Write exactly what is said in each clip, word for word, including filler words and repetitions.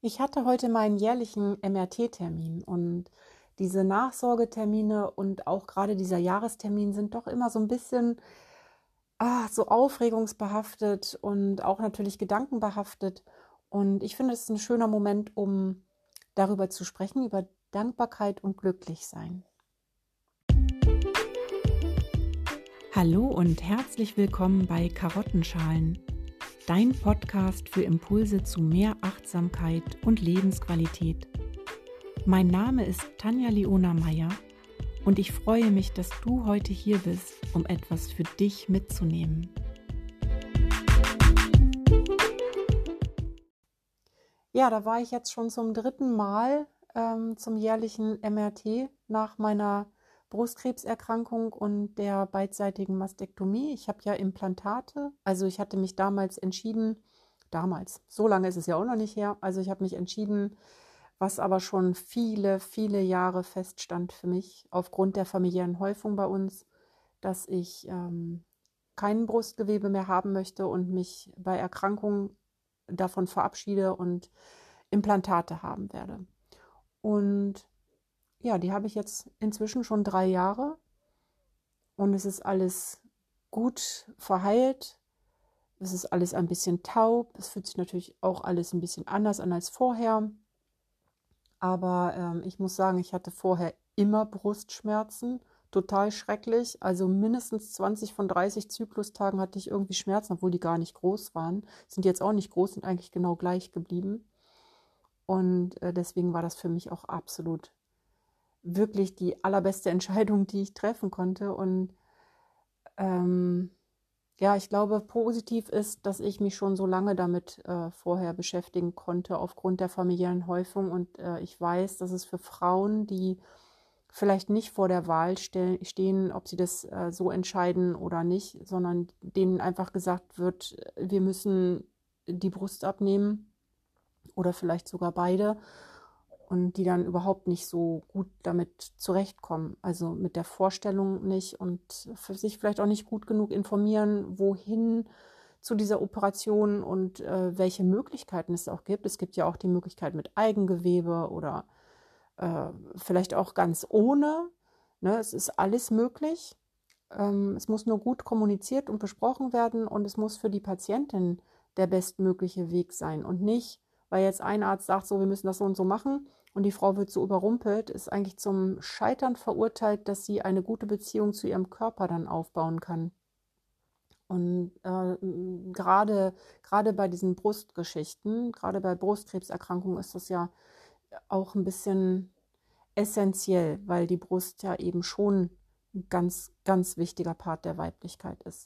Ich hatte heute meinen jährlichen M R T-Termin und diese Nachsorgetermine und auch gerade dieser Jahrestermin sind doch immer so ein bisschen ah, so aufregungsbehaftet und auch natürlich gedankenbehaftet. Und ich finde, es ist ein schöner Moment, um darüber zu sprechen, über Dankbarkeit und Glücklichsein. Hallo und herzlich willkommen bei Karottenschalen, dein Podcast für Impulse zu mehr Achtsamkeit und Lebensqualität. Mein Name ist Tanja Leona Meyer und ich freue mich, dass du heute hier bist, um etwas für dich mitzunehmen. Ja, da war ich jetzt schon zum dritten Mal ähm, zum jährlichen M R T nach meiner Brustkrebserkrankung und der beidseitigen Mastektomie. Ich habe ja Implantate, also ich hatte mich damals entschieden, damals, so lange ist es ja auch noch nicht her, also ich habe mich entschieden, was aber schon viele, viele Jahre feststand für mich, aufgrund der familiären Häufung bei uns, dass ich ähm, kein Brustgewebe mehr haben möchte und mich bei Erkrankungen davon verabschiede und Implantate haben werde. Und ja, die habe ich jetzt inzwischen schon drei Jahre und es ist alles gut verheilt. Es ist alles ein bisschen taub. Es fühlt sich natürlich auch alles ein bisschen anders an als vorher. Aber ähm, ich muss sagen, ich hatte vorher immer Brustschmerzen, total schrecklich. Also mindestens zwanzig von dreißig Zyklustagen hatte ich irgendwie Schmerzen, obwohl die gar nicht groß waren. Sind jetzt auch nicht groß, sind eigentlich genau gleich geblieben. Und äh, deswegen war das für mich auch absolut wirklich die allerbeste Entscheidung, die ich treffen konnte. Und ähm, ja, ich glaube, positiv ist, dass ich mich schon so lange damit äh, vorher beschäftigen konnte, aufgrund der familiären Häufung. Und äh, ich weiß, dass es für Frauen, die vielleicht nicht vor der Wahl ste- stehen, ob sie das äh, so entscheiden oder nicht, sondern denen einfach gesagt wird, wir müssen die Brust abnehmen oder vielleicht sogar beide und die dann überhaupt nicht so gut damit zurechtkommen. Also mit der Vorstellung nicht und für sich vielleicht auch nicht gut genug informieren, wohin zu dieser Operation und äh, welche Möglichkeiten es auch gibt. Es gibt ja auch die Möglichkeit mit Eigengewebe oder äh, vielleicht auch ganz ohne. Ne? Es ist alles möglich. Ähm, es muss nur gut kommuniziert und besprochen werden und es muss für die Patientin der bestmögliche Weg sein und nicht, weil jetzt ein Arzt sagt, so, wir müssen das so und so machen und die Frau wird so überrumpelt, ist eigentlich zum Scheitern verurteilt, dass sie eine gute Beziehung zu ihrem Körper dann aufbauen kann. Und äh, gerade, gerade bei diesen Brustgeschichten, gerade bei Brustkrebserkrankungen ist das ja auch ein bisschen essentiell, weil die Brust ja eben schon ein ganz, ganz wichtiger Part der Weiblichkeit ist.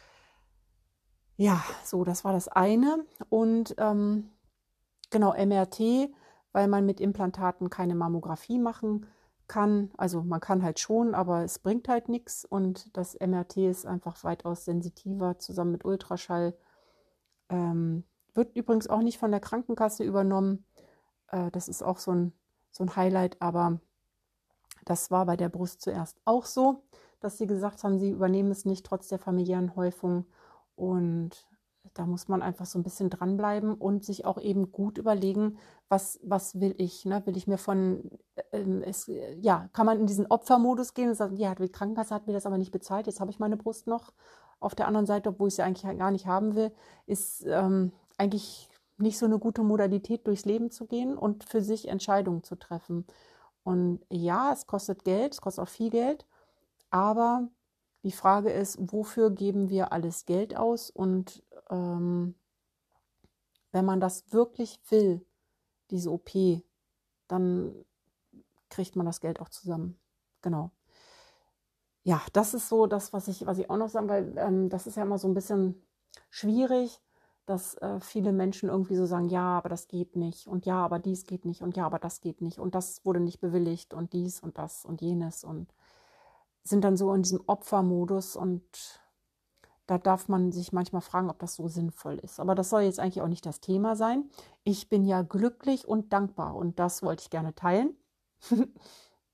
Ja, so, das war das eine. Und ähm, genau, M R T, weil man mit Implantaten keine Mammographie machen kann. Also man kann halt schon, aber es bringt halt nichts. Und das M R T ist einfach weitaus sensitiver zusammen mit Ultraschall. Ähm, wird übrigens auch nicht von der Krankenkasse übernommen. Äh, das ist auch so ein, so ein Highlight, aber das war bei der Brust zuerst auch so, dass sie gesagt haben, sie übernehmen es nicht trotz der familiären Häufung. Und da muss man einfach so ein bisschen dranbleiben und sich auch eben gut überlegen, was, was will ich? Ne? Will ich mir von, ähm, es, ja, kann man in diesen Opfermodus gehen und sagen, ja, die Krankenkasse hat mir das aber nicht bezahlt, jetzt habe ich meine Brust noch. Auf der anderen Seite, obwohl ich sie eigentlich gar nicht haben will, ist ähm, eigentlich nicht so eine gute Modalität, durchs Leben zu gehen und für sich Entscheidungen zu treffen. Und ja, es kostet Geld, es kostet auch viel Geld, aber die Frage ist, wofür geben wir alles Geld aus? Und ähm, wenn man das wirklich will, diese O P, dann kriegt man das Geld auch zusammen. Genau. Ja, das ist so das, was ich, was ich auch noch sagen, weil ähm, das ist ja immer so ein bisschen schwierig, dass äh, viele Menschen irgendwie so sagen, ja, aber das geht nicht und ja, aber dies geht nicht und ja, aber das geht nicht und das wurde nicht bewilligt und dies und das und jenes und sind dann so in diesem Opfermodus und da darf man sich manchmal fragen, ob das so sinnvoll ist. Aber das soll jetzt eigentlich auch nicht das Thema sein. Ich bin ja glücklich und dankbar und das wollte ich gerne teilen.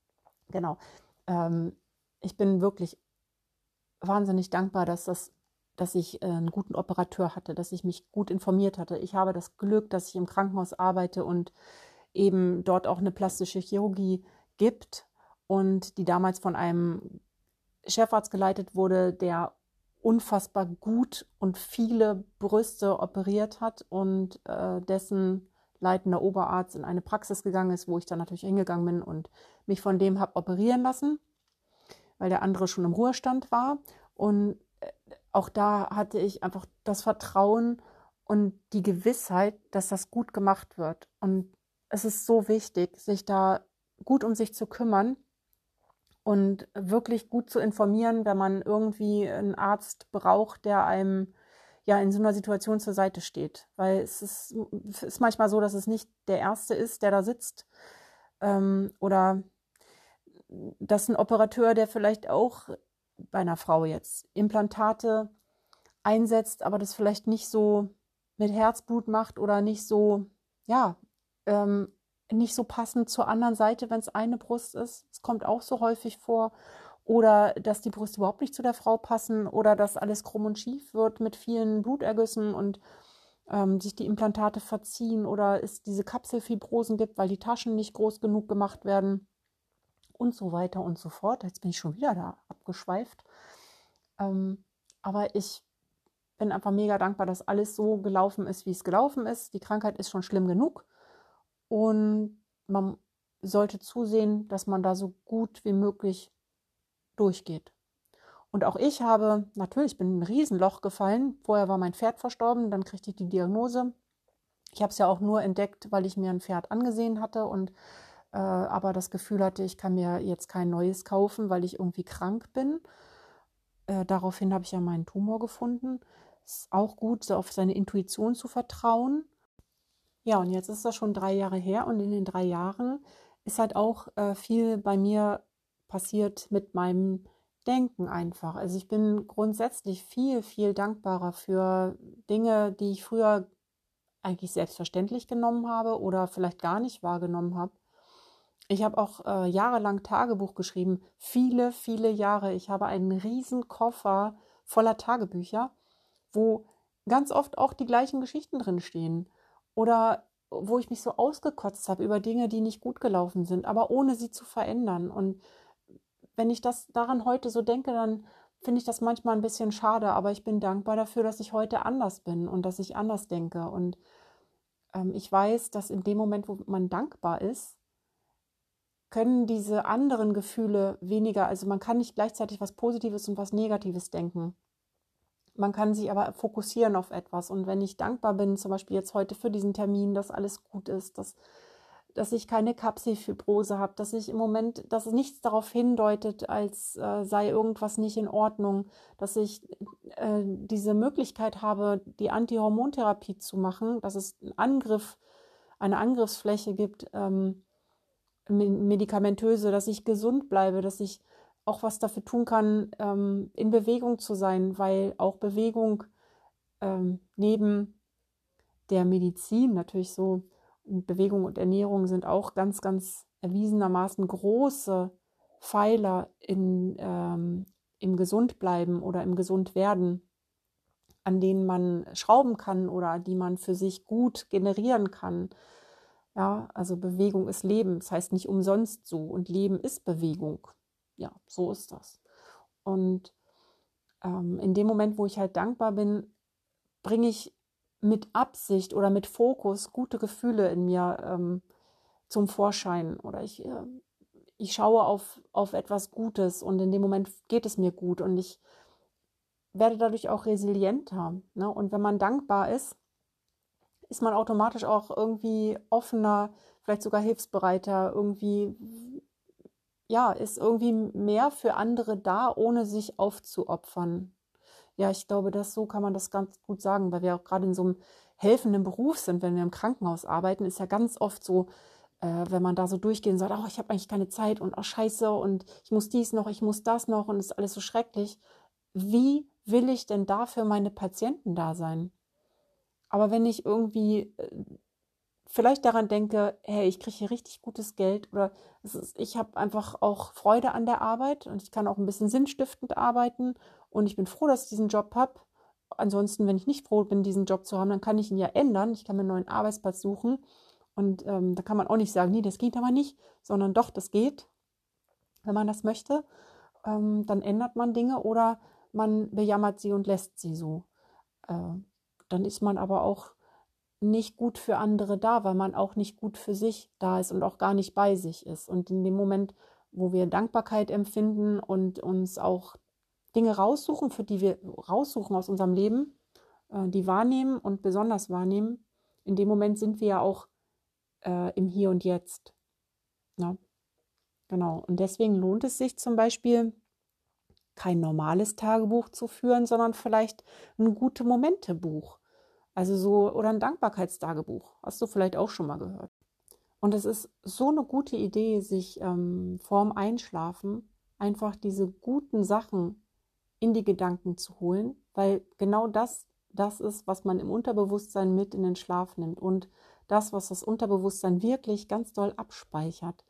Genau. Ähm, ich bin wirklich wahnsinnig dankbar, dass das dass ich äh, einen guten Operateur hatte, dass ich mich gut informiert hatte. Ich habe das Glück, dass ich im Krankenhaus arbeite und eben dort auch eine plastische Chirurgie gibt und die damals von einem Chefarzt geleitet wurde, der unfassbar gut und viele Brüste operiert hat und äh, dessen leitender Oberarzt in eine Praxis gegangen ist, wo ich dann natürlich hingegangen bin und mich von dem habe operieren lassen, weil der andere schon im Ruhestand war. Und äh, auch da hatte ich einfach das Vertrauen und die Gewissheit, dass das gut gemacht wird. Und es ist so wichtig, sich da gut um sich zu kümmern und wirklich gut zu informieren, wenn man irgendwie einen Arzt braucht, der einem ja in so einer Situation zur Seite steht. Weil es ist, es ist manchmal so, dass es nicht der Erste ist, der da sitzt. Ähm, oder dass ein Operateur, der vielleicht auch bei einer Frau jetzt Implantate einsetzt, aber das vielleicht nicht so mit Herzblut macht oder nicht so, ja, ähm, nicht so passend zur anderen Seite, wenn es eine Brust ist. Es kommt auch so häufig vor. Oder dass die Brüste überhaupt nicht zu der Frau passen oder dass alles krumm und schief wird mit vielen Blutergüssen und ähm, sich die Implantate verziehen oder es diese Kapselfibrosen gibt, weil die Taschen nicht groß genug gemacht werden und so weiter und so fort. Jetzt bin ich schon wieder da abgeschweift. Ähm, aber ich bin einfach mega dankbar, dass alles so gelaufen ist, wie es gelaufen ist. Die Krankheit ist schon schlimm genug und man sollte zusehen, dass man da so gut wie möglich durchgeht. Und auch ich habe, natürlich bin in ein Riesenloch gefallen. Vorher war mein Pferd verstorben, dann kriegte ich die Diagnose. Ich habe es ja auch nur entdeckt, weil ich mir ein Pferd angesehen hatte und äh, aber das Gefühl hatte, ich kann mir jetzt kein neues kaufen, weil ich irgendwie krank bin. Äh, daraufhin habe ich ja meinen Tumor gefunden. Ist auch gut, so auf seine Intuition zu vertrauen. Ja, und jetzt ist das schon drei Jahre her und in den drei Jahren ist halt auch äh, viel bei mir passiert mit meinem Denken einfach. Also ich bin grundsätzlich viel, viel dankbarer für Dinge, die ich früher eigentlich selbstverständlich genommen habe oder vielleicht gar nicht wahrgenommen habe. Ich habe auch äh, jahrelang Tagebuch geschrieben, viele, viele Jahre. Ich habe einen riesen Koffer voller Tagebücher, wo ganz oft auch die gleichen Geschichten drin stehen. Oder wo ich mich so ausgekotzt habe über Dinge, die nicht gut gelaufen sind, aber ohne sie zu verändern. Und wenn ich das daran heute so denke, dann finde ich das manchmal ein bisschen schade, aber ich bin dankbar dafür, dass ich heute anders bin und dass ich anders denke. Und ähm, ich weiß, dass in dem Moment, wo man dankbar ist, können diese anderen Gefühle weniger, also man kann nicht gleichzeitig was Positives und was Negatives denken. Man kann sich aber fokussieren auf etwas. Und wenn ich dankbar bin, zum Beispiel jetzt heute für diesen Termin, dass alles gut ist, dass, dass ich keine Kapselfibrose habe, dass ich im Moment, dass nichts darauf hindeutet, als äh, sei irgendwas nicht in Ordnung, dass ich äh, diese Möglichkeit habe, die Antihormontherapie zu machen, dass es einen Angriff, eine Angriffsfläche gibt, ähm, medikamentöse, dass ich gesund bleibe, dass ich auch was dafür tun kann, ähm, in Bewegung zu sein, weil auch Bewegung ähm, neben der Medizin natürlich so, und Bewegung und Ernährung sind auch ganz, ganz erwiesenermaßen große Pfeiler in, ähm, im Gesundbleiben oder im Gesundwerden, an denen man schrauben kann oder die man für sich gut generieren kann. Ja, also Bewegung ist Leben, das heißt nicht umsonst so und Leben ist Bewegung. Ja, so ist das. Und ähm, in dem Moment, wo ich halt dankbar bin, bringe ich mit Absicht oder mit Fokus gute Gefühle in mir ähm, zum Vorschein. Oder ich, äh, ich schaue auf, auf etwas Gutes und in dem Moment geht es mir gut und ich werde dadurch auch resilienter. Ne? Und wenn man dankbar ist, ist man automatisch auch irgendwie offener, vielleicht sogar hilfsbereiter, irgendwie, ja, ist irgendwie mehr für andere da, ohne sich aufzuopfern. Ja, ich glaube, dass so kann man das ganz gut sagen, weil wir auch gerade in so einem helfenden Beruf sind, wenn wir im Krankenhaus arbeiten, ist ja ganz oft so, äh, wenn man da so durchgeht und sagt, oh, ich habe eigentlich keine Zeit und oh, scheiße und ich muss dies noch, ich muss das noch und es ist alles so schrecklich. Wie will ich denn da für meine Patienten da sein? Aber wenn ich irgendwie äh, vielleicht daran denke, hey, ich kriege hier richtig gutes Geld oder es ist, ich habe einfach auch Freude an der Arbeit und ich kann auch ein bisschen sinnstiftend arbeiten und ich bin froh, dass ich diesen Job habe, ansonsten, wenn ich nicht froh bin, diesen Job zu haben, dann kann ich ihn ja ändern. Ich kann mir einen neuen Arbeitsplatz suchen. Und ähm, da kann man auch nicht sagen, nee, das geht aber nicht, sondern doch, das geht, wenn man das möchte. Ähm, dann ändert man Dinge oder man bejammert sie und lässt sie so. Äh, dann ist man aber auch nicht gut für andere da, weil man auch nicht gut für sich da ist und auch gar nicht bei sich ist. Und in dem Moment, wo wir Dankbarkeit empfinden und uns auch Dinge raussuchen, für die wir raussuchen aus unserem Leben, äh, die wahrnehmen und besonders wahrnehmen, in dem Moment sind wir ja auch äh, im Hier und Jetzt. Ja, genau. Und deswegen lohnt es sich zum Beispiel, kein normales Tagebuch zu führen, sondern vielleicht ein Gute-Momente-Buch. Also so, oder ein Dankbarkeitstagebuch. Hast du vielleicht auch schon mal gehört. Und es ist so eine gute Idee, sich ähm, vorm Einschlafen einfach diese guten Sachen in die Gedanken zu holen, weil genau das das ist, was man im Unterbewusstsein mit in den Schlaf nimmt und das, was das Unterbewusstsein wirklich ganz doll abspeichert.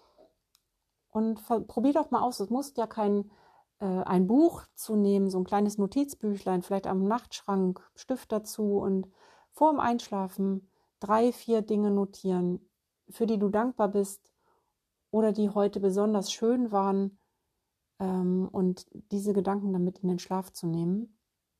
Und probier doch mal aus, es muss ja kein äh, ein Buch zu nehmen, so ein kleines Notizbüchlein, vielleicht am Nachtschrank, Stift dazu und vor dem Einschlafen drei, vier Dinge notieren, für die du dankbar bist oder die heute besonders schön waren, ähm, und diese Gedanken damit in den Schlaf zu nehmen.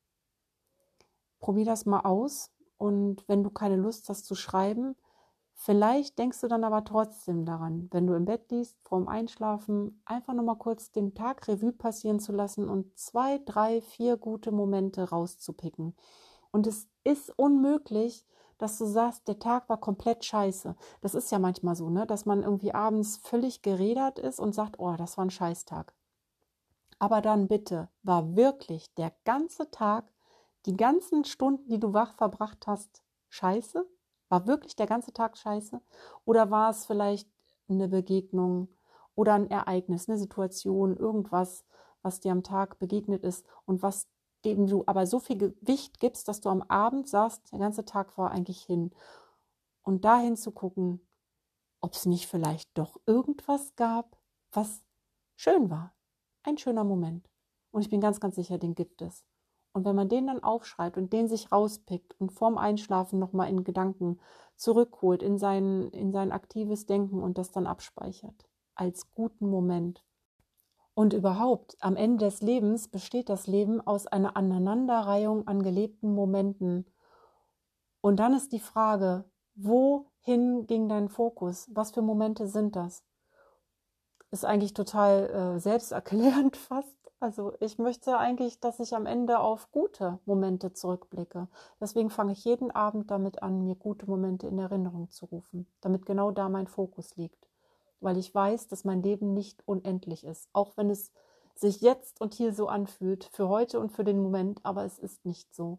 Probier das mal aus und wenn du keine Lust hast zu schreiben, vielleicht denkst du dann aber trotzdem daran, wenn du im Bett liegst, vorm Einschlafen, einfach nochmal kurz den Tag Revue passieren zu lassen und zwei, drei, vier gute Momente rauszupicken. Und es ist unmöglich, dass du sagst, der Tag war komplett scheiße. Das ist ja manchmal so, ne, dass man irgendwie abends völlig gerädert ist und sagt, oh, das war ein Scheißtag. Aber dann bitte, war wirklich der ganze Tag, die ganzen Stunden, die du wach verbracht hast, scheiße? War wirklich der ganze Tag scheiße? Oder war es vielleicht eine Begegnung oder ein Ereignis, eine Situation, irgendwas, was dir am Tag begegnet ist und was dem du aber so viel Gewicht gibst, dass du am Abend sagst, der ganze Tag war eigentlich hin. Und dahin zu gucken, ob es nicht vielleicht doch irgendwas gab, was schön war. Ein schöner Moment. Und ich bin ganz, ganz sicher, den gibt es. Und wenn man den dann aufschreibt und den sich rauspickt und vorm Einschlafen nochmal in Gedanken zurückholt, in sein, in sein aktives Denken und das dann abspeichert, als guten Moment. Und überhaupt, am Ende des Lebens besteht das Leben aus einer Aneinanderreihung an gelebten Momenten. Und dann ist die Frage, wohin ging dein Fokus? Was für Momente sind das? Ist eigentlich total äh, selbsterklärend fast. Also ich möchte eigentlich, dass ich am Ende auf gute Momente zurückblicke. Deswegen fange ich jeden Abend damit an, mir gute Momente in Erinnerung zu rufen, damit genau da mein Fokus liegt. Weil ich weiß, dass mein Leben nicht unendlich ist, auch wenn es sich jetzt und hier so anfühlt, für heute und für den Moment, aber es ist nicht so.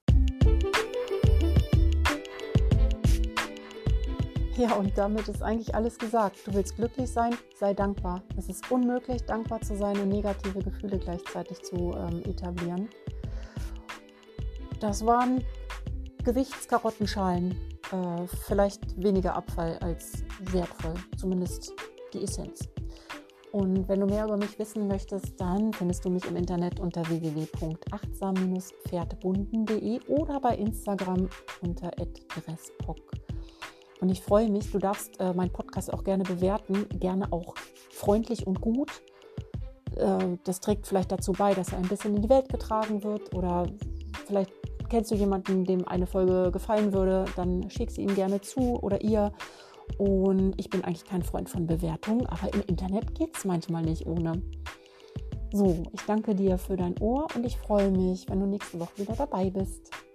Ja, und damit ist eigentlich alles gesagt. Du willst glücklich sein, sei dankbar. Es ist unmöglich, dankbar zu sein und negative Gefühle gleichzeitig zu ähm, etablieren. Das waren Gewichtskarotenschalen. Äh, vielleicht weniger Abfall als wertvoll, zumindest die Essenz. Und wenn du mehr über mich wissen möchtest, dann findest du mich im Internet unter w w w punkt achtsam Bindestrich pferdebunden punkt de oder bei Instagram unter at dresspok. Und ich freue mich, du darfst äh, meinen Podcast auch gerne bewerten, gerne auch freundlich und gut. Äh, das trägt vielleicht dazu bei, dass er ein bisschen in die Welt getragen wird oder vielleicht kennst du jemanden, dem eine Folge gefallen würde, dann schick sie ihm gerne zu oder ihr. Und ich bin eigentlich kein Freund von Bewertungen, aber im Internet geht es manchmal nicht ohne. So, ich danke dir für dein Ohr und ich freue mich, wenn du nächste Woche wieder dabei bist.